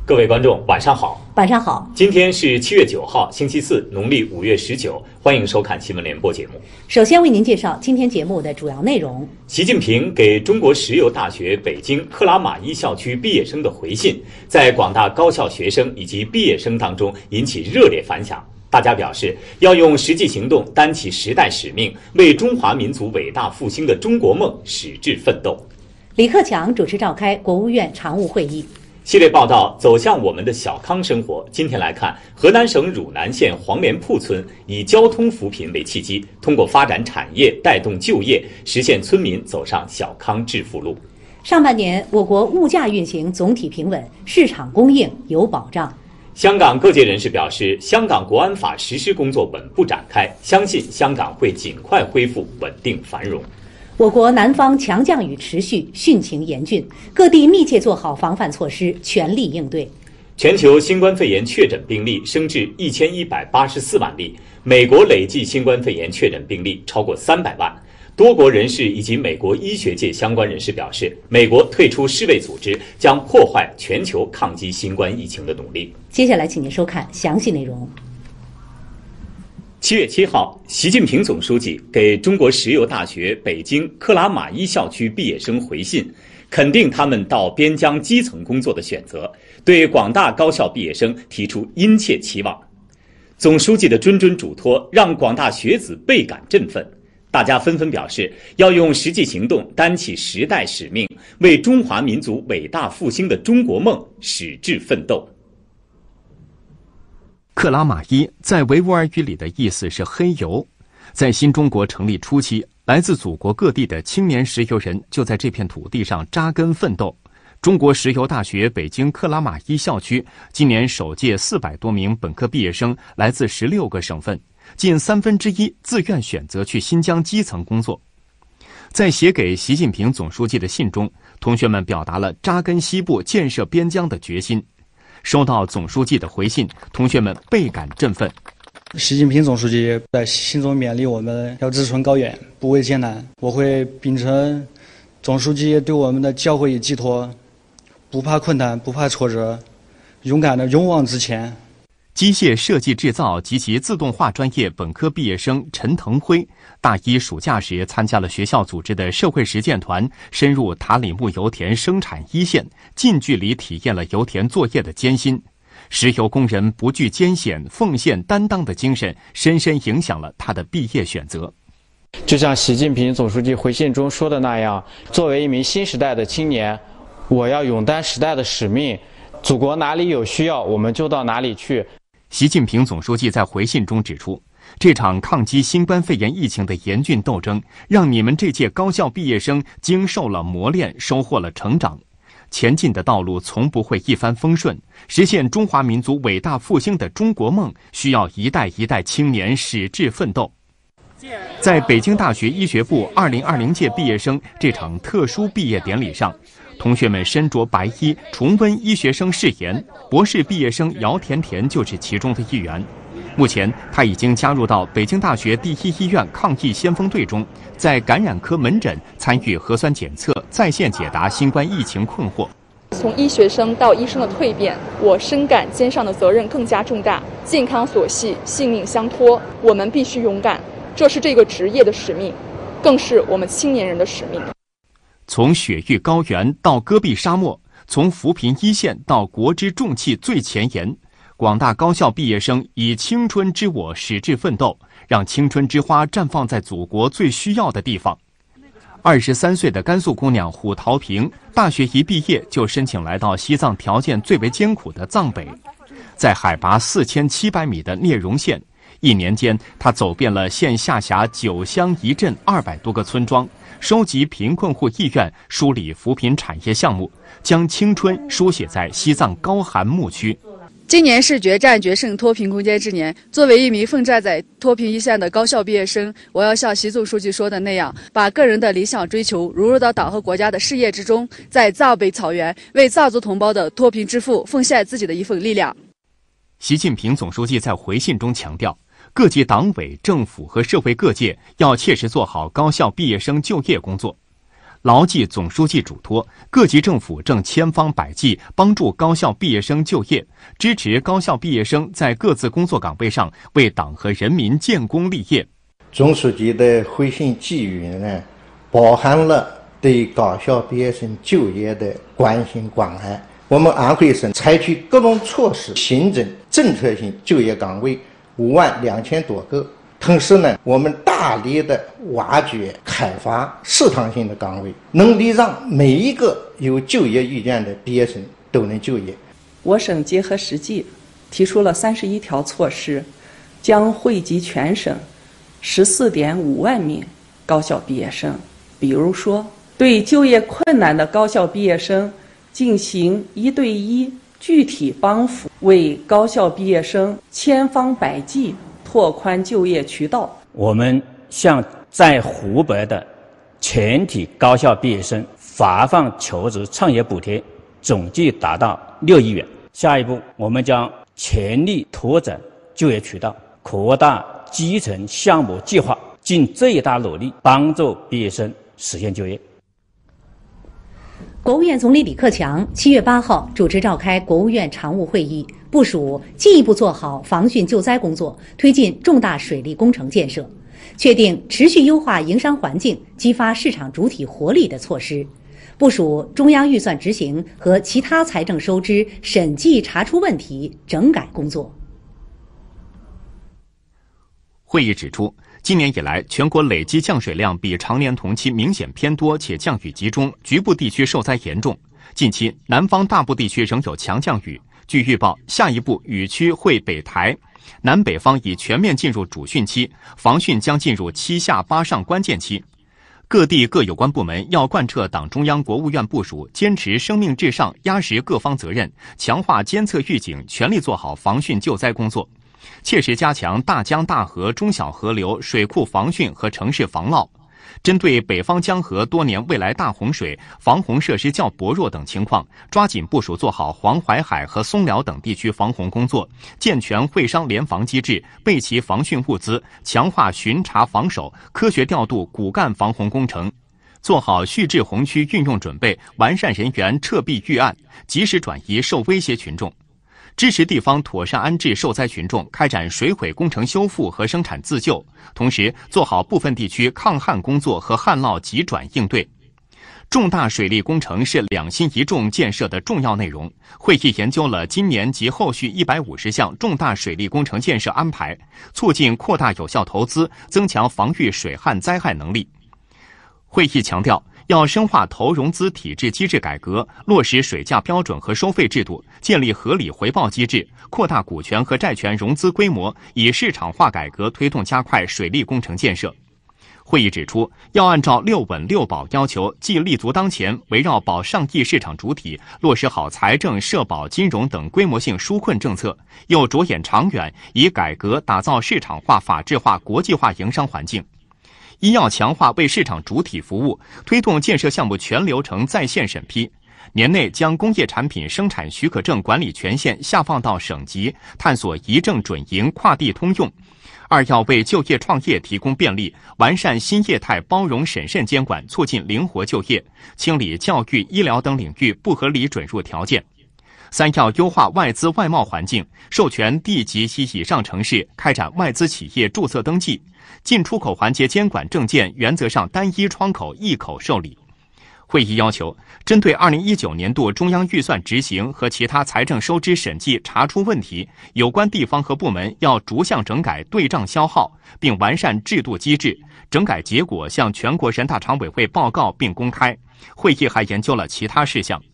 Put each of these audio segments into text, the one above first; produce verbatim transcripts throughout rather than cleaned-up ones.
各位观众，晚上好。 晚上好。 今天是七月九号，星期四，农历五月十九。欢迎收看新闻联播节目。 首先为您介绍今天节目的主要内容。 习近平给中国石油大学北京克拉玛依校区毕业生的回信，在广大高校学生以及毕业生当中引起热烈反响。大家表示要用实际行动担起时代使命，为中华民族伟大复兴的中国梦矢志奋斗。 李克强主持召开国务院常务会议。 系列报道走向我们的小康生活。今天来看，河南省汝南县黄连铺村以交通扶贫为契机，通过发展产业带动就业，实现村民走上小康致富路。 上半年我国物价运行总体平稳，市场供应有保障。 香港各界人士表示，香港国安法实施工作稳步展开，相信香港会尽快恢复稳定繁荣。 我国南方强降雨持续，汛情严峻，各地密切做好防范措施，全力应对。 全球新冠肺炎确诊病例升至一千一百八十四万例，美国累计新冠肺炎确诊病例超过三百万。多国人士以及美国医学界相关人士表示，美国退出世卫组织将破坏全球抗击新冠疫情的努力。 接下来，请您收看详细内容。 七月七号，习近平总书记给中国石油大学北京克拉玛依校区毕业生回信，肯定他们到边疆基层工作的选择，对广大高校毕业生提出殷切期望。总书记的谆谆嘱托让广大学子倍感振奋，大家纷纷表示要用实际行动担起时代使命，为中华民族伟大复兴的中国梦矢志奋斗。 克拉玛依在维吾尔语里的意思是黑油。在新中国成立初期，来自祖国各地的青年石油人就在这片土地上扎根奋斗。中国石油大学北京克拉玛依校区今年首届四百多名本科毕业生来自十六个省份，近三分之一自愿选择去新疆基层工作。在写给习近平总书记的信中，同学们表达了扎根西部、建设边疆的决心。收到总书记的回信，同学们倍感振奋。 习近平总书记在信中勉励我们要志存高远，不畏艰难。我会秉承总书记对我们的教诲与寄托，不怕困难，不怕挫折，勇敢的勇往直前。 机械设计制造及其自动化专业本科毕业生陈腾辉，大一暑假时参加了学校组织的社会实践团，深入塔里木油田生产一线，近距离体验了油田作业的艰辛。石油工人不惧艰险、奉献担当的精神，深深影响了他的毕业选择。 就像习近平总书记回信中说的那样，作为一名新时代的青年，我要勇担时代的使命，祖国哪里有需要，我们就到哪里去。 习近平总书记在回信中指出，这场抗击新冠肺炎疫情的严峻斗争，让你们这届高校毕业生经受了磨练，收获了成长。前进的道路从不会一帆风顺，实现中华民族伟大复兴的中国梦，需要一代一代青年矢志奋斗。在北京大学医学部二零二零届毕业生这场特殊毕业典礼上，同学们身着白衣，重温医学生誓言。博士毕业生姚甜甜就是其中的一员。目前，他已经加入到北京大学第一医院抗疫先锋队中，在感染科门诊参与核酸检测，在线解答新冠疫情困惑。 从医学生到医生的蜕变，我深感肩上的责任更加重大。健康所系，性命相托，我们必须勇敢，这是这个职业的使命，更是我们青年人的使命。 从雪域高原到戈壁沙漠，从扶贫一线到国之重器最前沿，广大高校毕业生以青春之我矢志奋斗，让青春之花绽放在祖国最需要的地方。二十三岁的甘肃姑娘虎桃平，大学一毕业就申请来到西藏条件最为艰苦的藏北，在海拔四千七百米的聂荣县，一年间，她走遍了县下辖九乡一镇二百多个村庄，收集贫困户意愿，梳理扶贫产业项目，将青春书写在西藏高寒牧区。 今年是决战决胜脱贫攻坚之年，作为一名奋战在脱贫一线的高校毕业生，我要像习总书记说的那样，把个人的理想追求融入到党和国家的事业之中，在藏北草原为藏族同胞的脱贫致富奉献自己的一份力量。 习近平总书记在回信中强调，各级党委、政府和社会各界要切实做好高校毕业生就业工作。 牢记总书记嘱托，各级政府正千方百计帮助高校毕业生就业，支持高校毕业生在各自工作岗位上为党和人民建功立业。 总书记的回信寄语呢，包含了对高校毕业生就业的关心关爱。我们安徽省采取各种措施，新增政策性就业岗位五万两千多个。同时呢，我们大力的挖掘开发适当性的岗位，能力让每一个有就业意愿的毕业生都能就业。 我省结合实际，提出了三十一条措施，将惠及全省十四点五万名高校毕业生。比如说，对就业困难的高校毕业生进行一对一具体帮扶，为高校毕业生千方百计拓宽就业渠道。 我们向在湖北的全体高校毕业生发放求职创业补贴，总计达到六亿元。下一步，我们将全力拓展就业渠道，扩大基层项目计划，尽最大努力帮助毕业生实现就业。 国务院总理李克强七月八号主持召开国务院常务会议，部署进一步做好防汛救灾工作，推进重大水利工程建设，确定持续优化营商环境、激发市场主体活力的措施，部署中央预算执行和其他财政收支审计查出问题、整改工作。 会议指出，今年以来，全国累计降水量比常年同期明显偏多，且降雨集中，局部地区受灾严重。近期，南方大部地区仍有强降雨。据预报，下一步雨区会北抬，南北方已全面进入主汛期，防汛将进入七下八上关键期。各地各有关部门要贯彻党中央、国务院部署，坚持生命至上，压实各方责任，强化监测预警，全力做好防汛救灾工作。切实加强大江大河、中小河流水库防汛和城市防涝。针对北方江河多年未来大洪水、防洪设施较薄弱等情况，抓紧部署做好黄淮海和松辽等地区防洪工作，健全会商联防机制，备齐防汛物资，强化巡查防守，科学调度骨干防洪工程。做好蓄滞洪区运用准备，完善人员撤避预案，及时转移受威胁群众。支持地方妥善安置受灾群众，开展水毁工程修复和生产自救，同时做好部分地区抗旱工作和旱涝急转应对。重大水利工程是两新一重建设的重要内容。会议研究了今年及后续一百五十项重大水利工程建设安排，促进扩大有效投资，增强防御水旱灾害能力。会议强调，要深化投融资体制机制改革，落实水价标准和收费制度，建立合理回报机制，扩大股权和债权融资规模，以市场化改革推动加快水利工程建设。会议指出，要按照六稳六保要求，既立足当前，围绕保上亿市场主体，落实好财政、社保、金融等规模性纾困政策，又着眼长远，以改革打造市场化、法治化、国际化营商环境。一要强化为市场主体服务，推动建设项目全流程在线审批。年内将工业产品生产许可证管理权限下放到省级，探索一证准营、跨地通用。二要为就业创业提供便利，完善新业态包容审慎监管，促进灵活就业，清理教育、医疗等领域不合理准入条件。三要优化外资外贸环境，授权地级及以上城市开展外资企业注册登记，进出口环节监管证件原则上单一窗口一口受理。会议要求，针对二零一九年度中央预算执行和其他财政收支审计查出问题，有关地方和部门要逐项整改对账消耗，并完善制度机制，整改结果向全国人大常委会报告并公开。会议还研究了其他事项。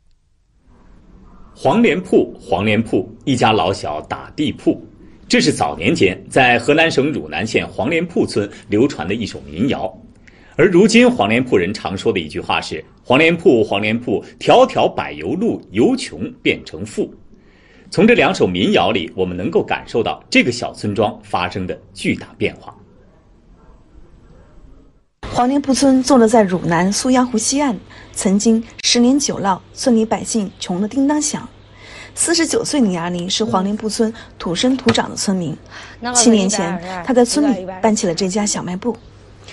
黄连铺，黄连铺，一家老小打地铺。这是早年间在河南省汝南县黄连铺村流传的一首民谣。而如今黄连铺人常说的一句话是：黄连铺，黄连铺，条条柏油路，由穷变成富。从这两首民谣里，我们能够感受到这个小村庄发生的巨大变化。 黄连铺村坐落在汝南苏阳湖西岸，曾经十年九涝，村里百姓穷得叮当响。四十九岁的亚丽是黄连铺村土生土长的村民，七年前他在村里办起了这家小卖部。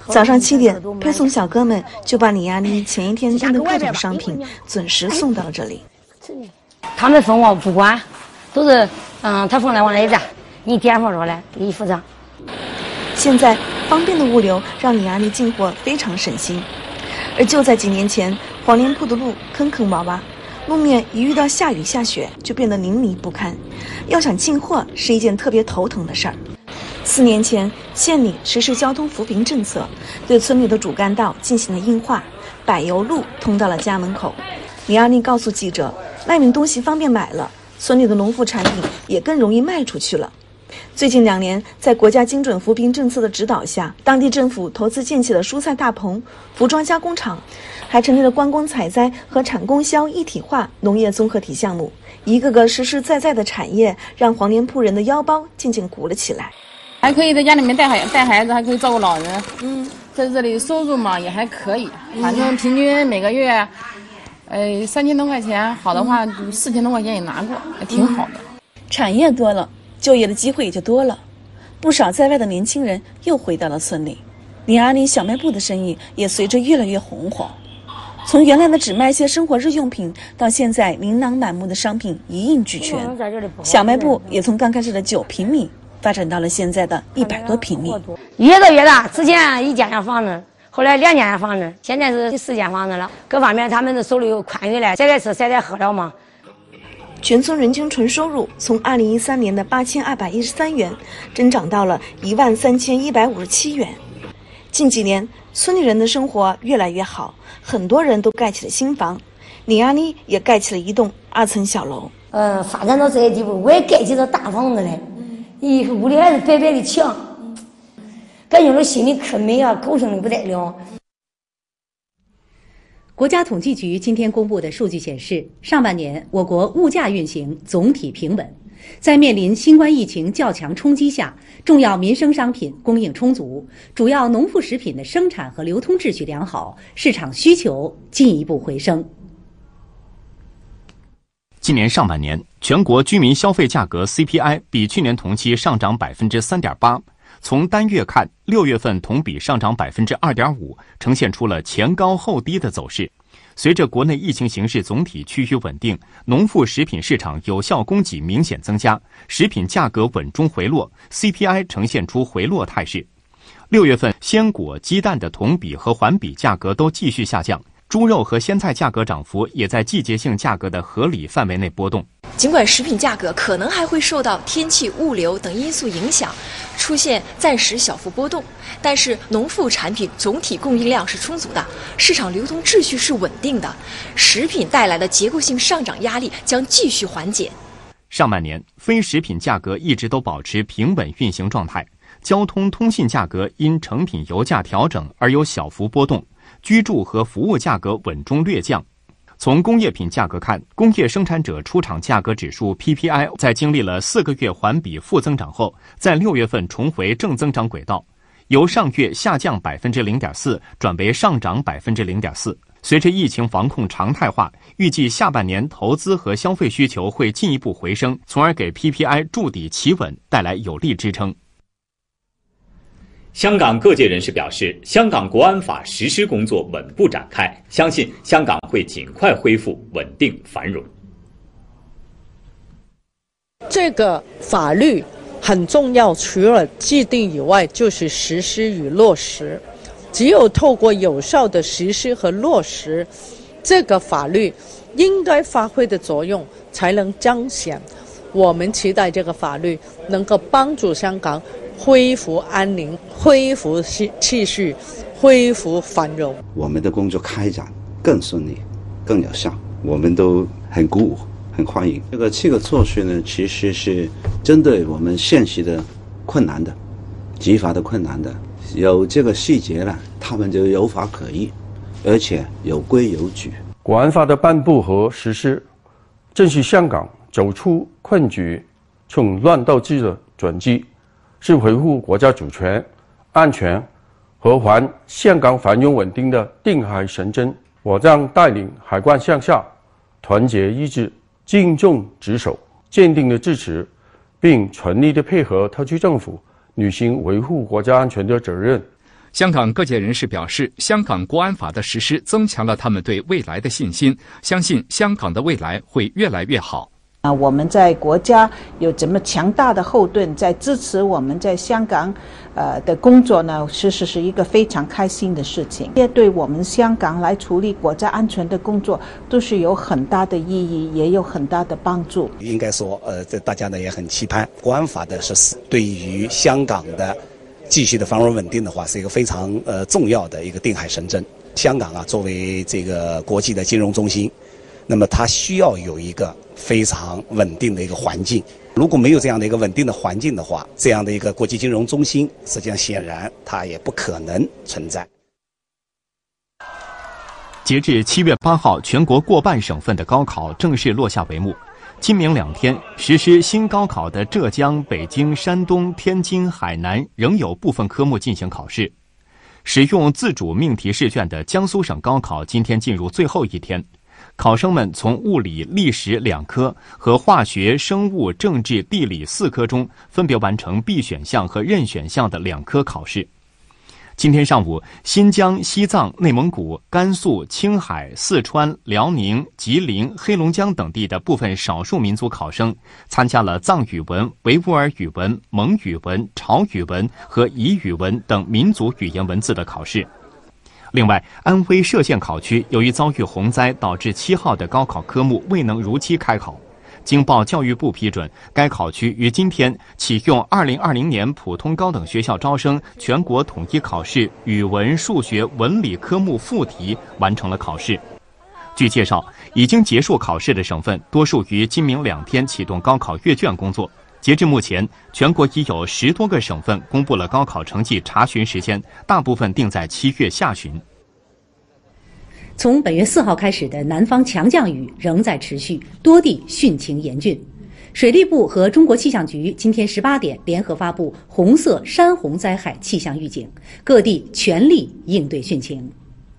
早上七点，配送小哥们就把李亚妮前一天订的各种商品准时送到了这里。 他们分我不管，都是嗯，他放来往那一站，你点货出来给你付账。 现在方便的物流让李亚妮进货非常省心，而就在几年前，黄连铺的路坑坑洼洼，路面一遇到下雨下雪就变得泥泞不堪，要想进货是一件特别头疼的事儿。四年前，县里实施交通扶贫政策，对村里的主干道进行了硬化，柏油路通到了家门口。李亚妮告诉记者，外面东西方便买了，村里的农副产品也更容易卖出去了。最近两年，在国家精准扶贫政策的指导下，当地政府投资建起了蔬菜大棚、服装加工厂，还成立了观光采摘和产供销一体化农业综合体项目。一个个实实在在的产业，让黄连铺人的腰包渐渐鼓了起来。 还可以在家里面带孩带孩子，还可以照顾老人。嗯，在这里收入嘛也还可以，反正平均每个月，呃三千多块钱，好的话四千多块钱也拿过，也挺好的。 产业多了，就业的机会也就多了，不少在外的年轻人又回到了村里。李亚妮小卖部的生意也随着越来越红火，从原来的只卖些生活日用品，到现在琳琅满目的商品一应俱全。小卖部也从刚开始的九平米发展到了现在的一百多平米， 越做越大。之前一间房子，后来两间房子，现在是四间房子了。各方面他们的手里有宽裕了，晒晒吃晒晒喝了嘛。 全村人均纯收入从二零一三年的八千二百一十三元增长到了一万三千一百五十七元。近几年，村里人的生活越来越好，很多人都盖起了新房。李亚妮也盖起了一栋二层小楼。 呃，发展到这些地步，我也盖起了大房子嘞。一个屋里还是白白的墙，感觉我心里可美啊，高兴的不得了。 国家统计局今天公布的数据显示，上半年我国物价运行总体平稳。在面临新冠疫情较强冲击下，重要民生商品供应充足，主要农副食品的生产和流通秩序良好，市场需求进一步回升。 今年上半年，全国居民消费价格 C P I 比去年同期上涨 百分之三点八。从单月看，六月份同比上涨 百分之二点五， 呈现出了前高后低的走势。随着国内疫情形势总体趋于稳定，农副食品市场有效供给明显增加，食品价格稳中回落， C P I 呈现出回落态势。六月份鲜果、鸡蛋的同比和环比价格都继续下降，猪肉和鲜菜价格涨幅也在季节性价格的合理范围内波动。 尽管食品价格可能还会受到天气、物流等因素影响，出现暂时小幅波动，但是农副产品总体供应量是充足的，市场流通秩序是稳定的，食品带来的结构性上涨压力将继续缓解。 上半年，非食品价格一直都保持平稳运行状态，交通通信价格因成品油价调整而有小幅波动，居住和服务价格稳中略降。从工业品价格看，工业生产者出厂价格指数 P P I 在经历了四个月环比负增长后，在六月份重回正增长轨道，由上月下降 百分之零点四 转为上涨 百分之零点四。随着疫情防控常态化，预计下半年投资和消费需求会进一步回升，从而给 P P I 筑底企稳带来有力支撑。 香港各界人士表示，香港国安法实施工作稳步展开，相信香港会尽快恢复稳定繁荣。 这个法律很重要，除了制定以外，就是实施与落实。只有透过有效的实施和落实，这个法律应该发挥的作用才能彰显。我们期待这个法律能够帮助香港恢复安宁，恢复秩序，恢复繁荣。 我们的工作开展更顺利，更有效，我们都很鼓舞，很欢迎。这个七个措施呢，其实是针对我们现实的困难的、执法的困难的，有这个细节了，他们就有法可依，而且有规有矩。 国安法的颁布和实施，正是香港走出困局、从乱到治的转机，是维护国家主权、安全和还香港繁荣稳定的定海神针。我将带领海关向下，团结一致，尽忠职守，坚定的支持，并全力的配合特区政府履行维护国家安全的责任。 香港各界人士表示，香港国安法的实施增强了他们对未来的信心，相信香港的未来会越来越好。 啊，我们在国家有这么强大的后盾，在支持我们在香港，呃的工作呢，其实是一个非常开心的事情。也对我们香港来处理国家安全的工作，都是有很大的意义，也有很大的帮助。 应该说，呃，这大家呢也很期盼国安法的实施，对于香港的继续的繁荣稳定的话，是一个非常呃重要的一个定海神针。香港啊，作为这个国际的金融中心，那么它需要有一个非常稳定的一个环境。如果没有这样的一个稳定的环境的话，这样的一个国际金融中心，实际上显然它也不可能存在。 截至七月八号，全国过半省份的高考正式落下帷幕。今明两天实施新高考的浙江、北京、山东、天津、海南仍有部分科目进行考试。使用自主命题试卷的江苏省高考今天进入最后一天。考生们从物理、历史两科和化学、生物、政治、地理四科中分别完成必选项和任选项的两科考试。今天上午，新疆、西藏、内蒙古、甘肃、青海、四川、辽宁、吉林、黑龙江等地的部分少数民族考生参加了藏语文、维吾尔语文、蒙语文、潮语文和彝语文等民族语言文字的考试。另外，安徽歙县考区由于遭遇洪灾，导致七号的高考科目未能如期开考。经报教育部批准，该考区于今天启用二零二零年普通高等学校招生全国统一考试语文、数学、文理科目附题完成了考试。据介绍，已经结束考试的省份多数于今明两天启动高考阅卷工作。截至目前，全国已有十多个省份公布了高考成绩查询时间，大部分定在七月下旬。 从本月四号开始的南方强降雨仍在持续，多地汛情严峻。水利部和中国气象局今天十八点联合发布红色山洪灾害气象预警，各地全力应对汛情。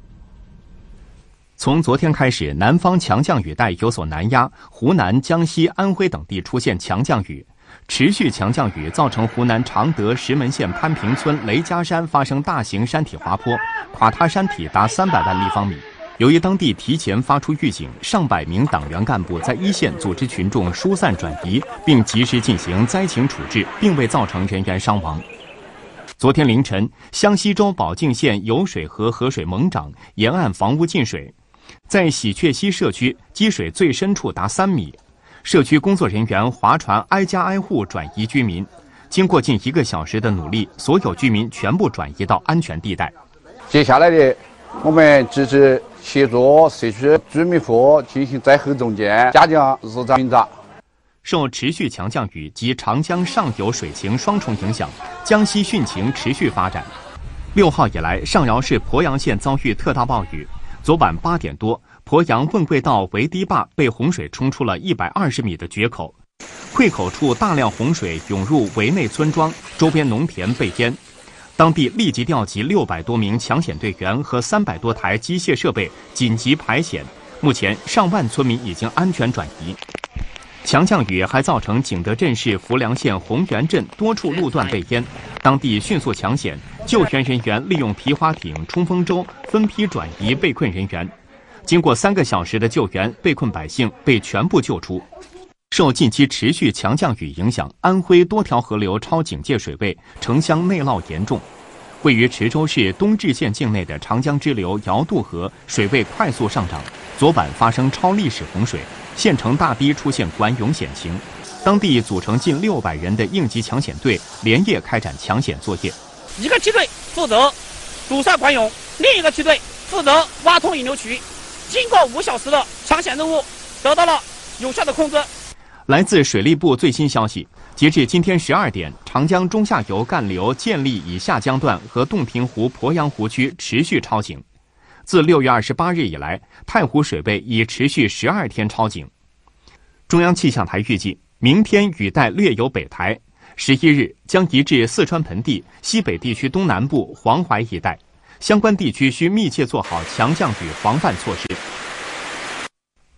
从昨天开始，南方强降雨带有所南压，湖南、江西、安徽等地出现强降雨。持续强降雨造成湖南常德石门县潘平村雷家山发生大型山体滑坡，垮塌山体达三百万立方米。由于当地提前发出预警，上百名党员干部在一线组织群众疏散转移，并及时进行灾情处置，并未造成人员伤亡。昨天凌晨，湘西州保靖县酉水河河水猛涨，沿岸房屋进水，在喜鹊溪社区积水最深处达三米。社区工作人员划船挨家挨户转移居民，经过近一个小时的努力，所有居民全部转移到安全地带。 接下来的，我们积极协助社区居民户进行灾后重建，加强日照巡查。 受持续强降雨及长江上游水情双重影响，江西汛情持续发展。六号以来，上饶市鄱阳县遭遇特大暴雨。昨晚八点多，鄱阳问贵道围堤坝被洪水冲出了一百二十米的决口，溃口处大量洪水涌入围内村庄，周边农田被淹。当地立即调集六百多名抢险队员和三百多台机械设备紧急排险，目前上万村民已经安全转移。强降雨还造成景德镇市浮梁县红源镇多处路段被淹，当地迅速抢险，救援人员利用皮划艇、冲锋舟分批转移被困人员。经过三个小时的救援，被困百姓被全部救出。受近期持续强降雨影响，安徽多条河流超警戒水位，城乡内涝严重。位于池州市东至县境内的长江支流尧渡河水位快速上涨，昨晚发生超历史洪水，县城大堤出现管涌险情。当地组成近六百人的应急抢险队连夜开展抢险作业。 一个梯队负责堵塞管涌，另一个梯队负责挖通引流渠。经过五小时的抢险任务，得到了有效的控制。 来自水利部最新消息，截至今天十二点，长江中下游干流建立以下江段和洞庭湖鄱阳湖区持续超警。自六月二十八日以来，太湖水位已持续十二天超警。中央气象台预计，明天雨带略有北抬，十一日将移至四川盆地、西北地区东南部、黄淮一带，相关地区需密切做好强降雨防范措施。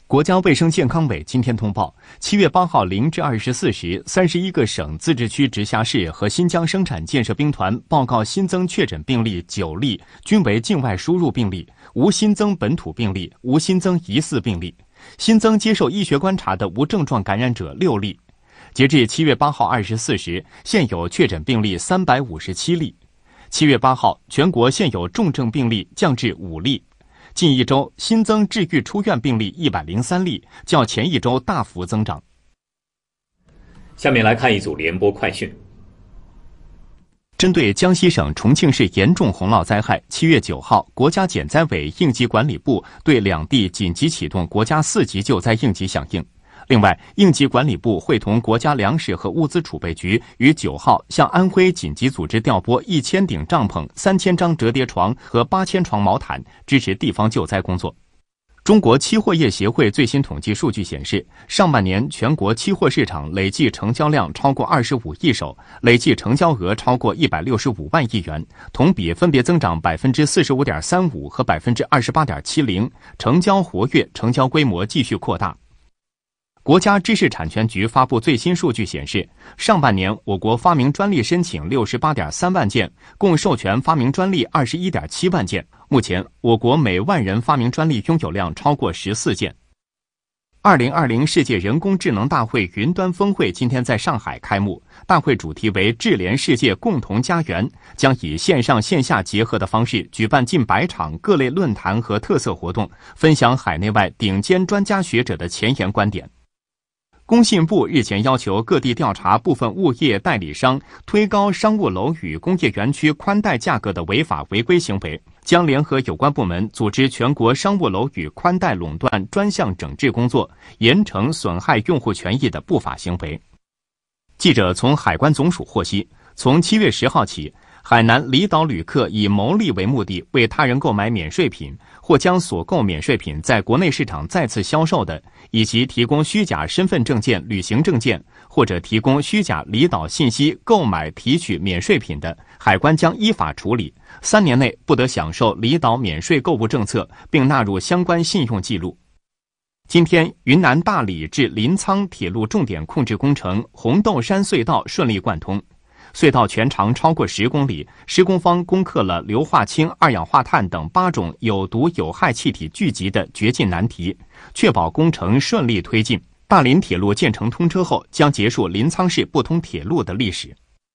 国家卫生健康委今天通报，七月八号零至二十四时，三十一个省、自治区、直辖市和新疆生产建设兵团报告新增确诊病例九例，均为境外输入病例，无新增本土病例，无新增疑似病例。新增接受医学观察的无症状感染者六例。截至七月八号二十四时，现有确诊病例三百五十七例。七月八号，全国现有重症病例降至五例。近一周新增治愈出院病例一百零三例，较前一周大幅增长。 下面来看一组联播快讯。 针对江西省重庆市严重洪涝灾害，七月九号，国家减灾委应急管理部对两地紧急启动国家四级救灾应急响应。另外，应急管理部会同国家粮食和物资储备局于九号向安徽紧急组织调拨一千顶帐篷、三千张折叠床和八千床毛毯，支持地方救灾工作。中国期货业协会最新统计数据显示，上半年全国期货市场累计成交量超过二十五亿手，累计成交额超过一百六十五万亿元，同比分别增长百分之四十五点三五和百分之二十八点七零，成交活跃、成交规模继续扩大。国家知识产权局发布最新数据显示，上半年我国发明专利申请六十八点三万件，共授权发明专利二十一点七万件。目前，我国每万人发明专利拥有量超过十四件。二零二零世界人工智能大会云端峰会今天在上海开幕，大会主题为智联世界共同家园，将以线上线下结合的方式举办近百场各类论坛和特色活动，分享海内外顶尖专家学者的前沿观点。工信部日前要求各地调查部分物业代理商推高商务楼宇工业园区宽带价格的违法违规行为，将联合有关部门组织全国商务楼宇宽带垄断专项整治工作，严惩损害用户权益的不法行为。记者从海关总署获悉，从七月十号起，海南离岛旅客以牟利为目的为他人购买免税品，或将所购免税品在国内市场再次销售的，以及提供虚假身份证件、旅行证件，或者提供虚假离岛信息购买提取免税品的，海关将依法处理，三年内不得享受离岛免税购物政策，并纳入相关信用记录。今天，云南大理至临沧铁路重点控制工程红豆山隧道顺利贯通。隧道全长超过十公里，施工方攻克了硫化氢、二氧化碳等八种有毒有害气体聚集的绝境难题，确保工程顺利推进。大林铁路建成通车后，将结束临沧市不通铁路的历史。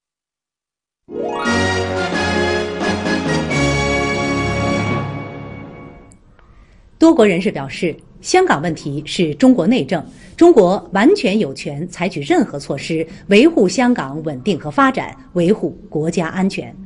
多国人士表示，香港问题是中国内政，中国完全有权采取任何措施维护香港稳定和发展，维护国家安全。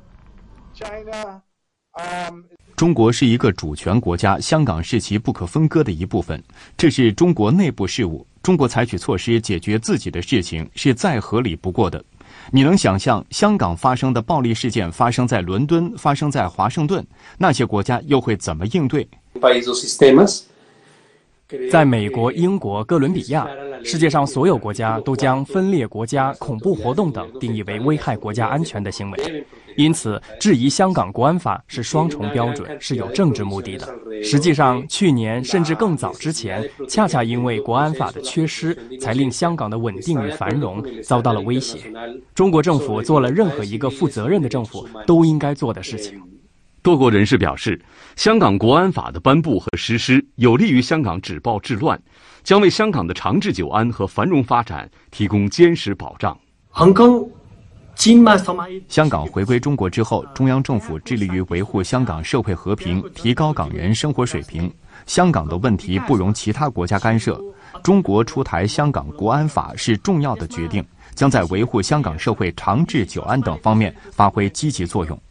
中国是一个主权国家，香港是其不可分割的一部分，这是中国内部事务。中国采取措施解决自己的事情是再合理不过的。你能想象香港发生的暴力事件发生在伦敦，发生在华盛顿，那些国家又会怎么应对？ 在美国、英国、哥伦比亚，世界上所有国家都将分裂国家、恐怖活动等定义为危害国家安全的行为。因此，质疑香港国安法是双重标准，是有政治目的的。实际上，去年甚至更早之前，恰恰因为国安法的缺失，才令香港的稳定与繁荣遭到了威胁。中国政府做了任何一个负责任的政府都应该做的事情。 多国人士表示，香港国安法的颁布和实施有利于香港止暴制乱，将为香港的长治久安和繁荣发展提供坚实保障。 香港回归中国之后，中央政府致力于维护香港社会和平，提高港人生活水平。香港的问题不容其他国家干涉。中国出台香港国安法是重要的决定，将在维护香港社会长治久安等方面发挥积极作用。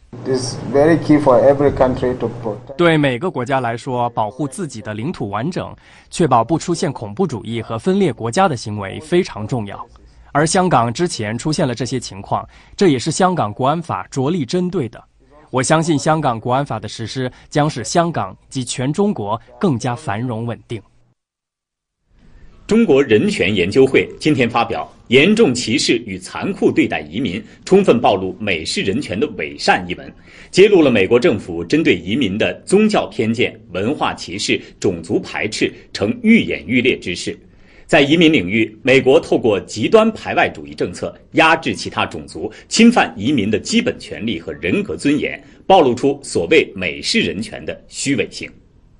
对每个国家来说，保护自己的领土完整，确保不出现恐怖主义和分裂国家的行为非常重要。而香港之前出现了这些情况，这也是香港国安法着力针对的。我相信香港国安法的实施将使香港及全中国更加繁荣稳定。 中国人权研究会今天发表《严重歧视与残酷对待移民，充分暴露美式人权的伪善》一文，揭露了美国政府针对移民的宗教偏见、文化歧视、种族排斥呈愈演愈烈之势。在移民领域，美国透过极端排外主义政策压制其他种族，侵犯移民的基本权利和人格尊严，暴露出所谓美式人权的虚伪性。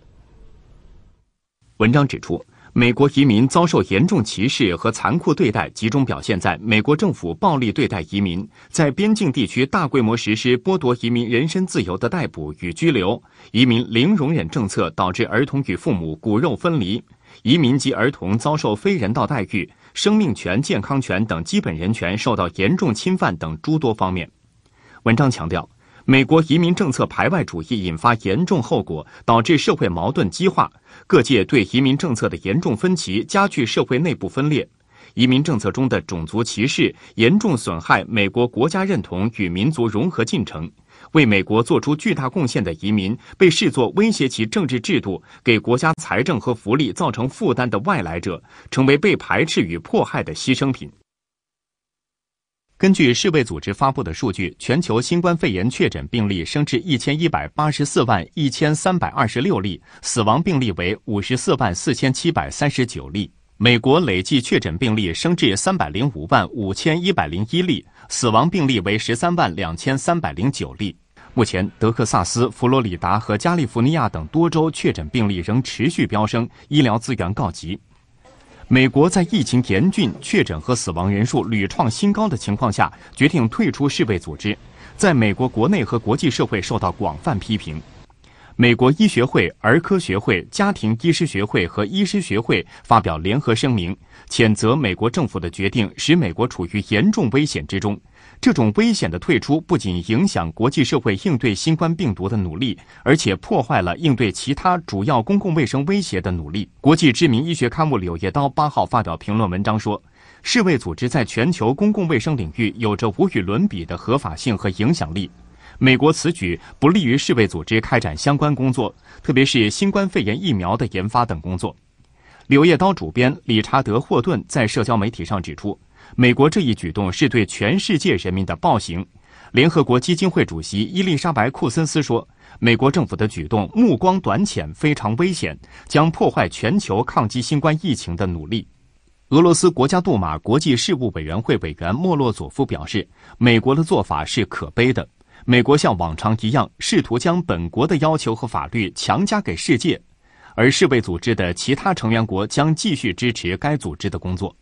文章指出，美国移民遭受严重歧视和残酷对待，集中表现在美国政府暴力对待移民，在边境地区大规模实施剥夺移民人身自由的逮捕与拘留，移民零容忍政策导致儿童与父母骨肉分离，移民及儿童遭受非人道待遇，生命权、健康权等基本人权受到严重侵犯等诸多方面。文章强调，美国移民政策排外主义引发严重后果，导致社会矛盾激化，各界对移民政策的严重分歧加剧社会内部分裂。移民政策中的种族歧视严重损害美国国家认同与民族融合进程。为美国做出巨大贡献的移民被视作威胁其政治制度、给国家财政和福利造成负担的外来者，成为被排斥与迫害的牺牲品。根据世卫组织发布的数据，全球新冠肺炎确诊病例升至一千一百八十四万一千三百二十六例，死亡病例为五十四万四千七百三十九例。美国累计确诊病例升至三百零五万五千一百零一例，死亡病例为十三万两千三百零九例。目前，德克萨斯、佛罗里达和加利福尼亚等多州确诊病例仍持续飙升，医疗资源告急。美国在疫情严峻、确诊和死亡人数屡创新高的情况下，决定退出世卫组织，在美国国内和国际社会受到广泛批评。美国医学会、儿科学会、家庭医师学会和医师学会发表联合声明，谴责美国政府的决定使美国处于严重危险之中。这种危险的退出不仅影响国际社会应对新冠病毒的努力，而且破坏了应对其他主要公共卫生威胁的努力。国际知名医学刊物《柳叶刀》八号发表评论文章说，世卫组织在全球公共卫生领域有着无与伦比的合法性和影响力。美国此举不利于世卫组织开展相关工作，特别是新冠肺炎疫苗的研发等工作。柳叶刀主编理查德·霍顿在社交媒体上指出，美国这一举动是对全世界人民的暴行。联合国基金会主席伊丽莎白·库森斯说，美国政府的举动目光短浅，非常危险，将破坏全球抗击新冠疫情的努力。俄罗斯国家杜马国际事务委员会委员莫洛佐夫表示，美国的做法是可悲的。美国像往常一样，试图将本国的要求和法律强加给世界，而世卫组织的其他成员国将继续支持该组织的工作。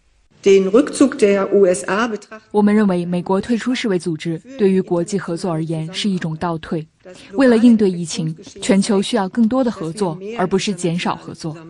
我们认为，美国退出世卫组织对于国际合作而言是一种倒退。为了应对疫情，全球需要更多的合作，而不是减少合作。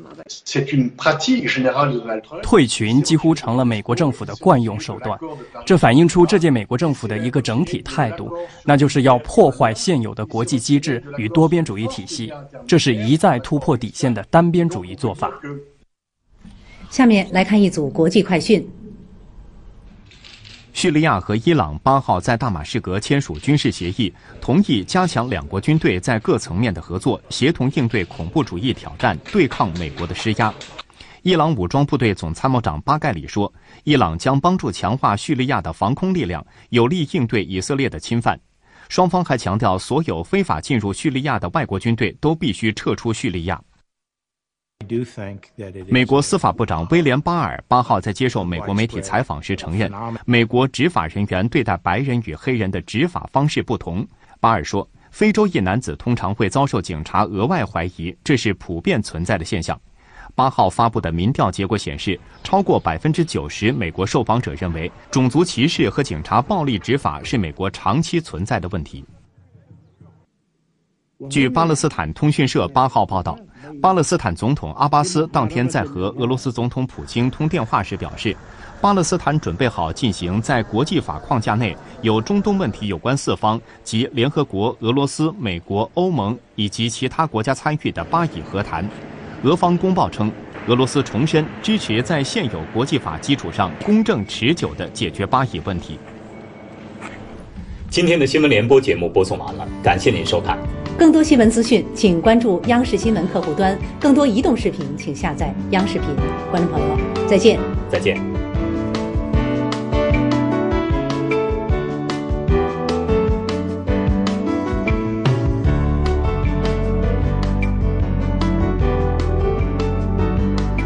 退群几乎成了美国政府的惯用手段，这反映出这届美国政府的一个整体态度，那就是要破坏现有的国际机制与多边主义体系，这是一再突破底线的单边主义做法。 下面来看一组国际快讯。 叙利亚和伊朗八号在大马士革签署军事协议，同意加强两国军队在各层面的合作，协同应对恐怖主义挑战，对抗美国的施压。伊朗武装部队总参谋长巴盖里说，伊朗将帮助强化叙利亚的防空力量，有力应对以色列的侵犯。双方还强调，所有非法进入叙利亚的外国军队都必须撤出叙利亚。美国司法部长威廉·巴尔八号在接受美国媒体采访时承认，美国执法人员对待白人与黑人的执法方式不同。巴尔说，非洲裔男子通常会遭受警察额外怀疑，这是普遍存在的现象。八号发布的民调结果显示，超过百分之九十美国受访者认为，种族歧视和警察暴力执法是美国长期存在的问题。据巴勒斯坦通讯社八号报道，巴勒斯坦总统阿巴斯当天在和俄罗斯总统普京通电话时表示，巴勒斯坦准备好进行在国际法框架内有中东问题有关四方及联合国、俄罗斯、美国、欧盟以及其他国家参与的巴以和谈。俄方公报称，俄罗斯重申支持在现有国际法基础上公正持久地解决巴以问题。 今天的新闻联播节目播送完了，感谢您收看。 更多新闻资讯，请关注央视新闻客户端；更多移动视频，请下载央视频。观众朋友，再见， 再见。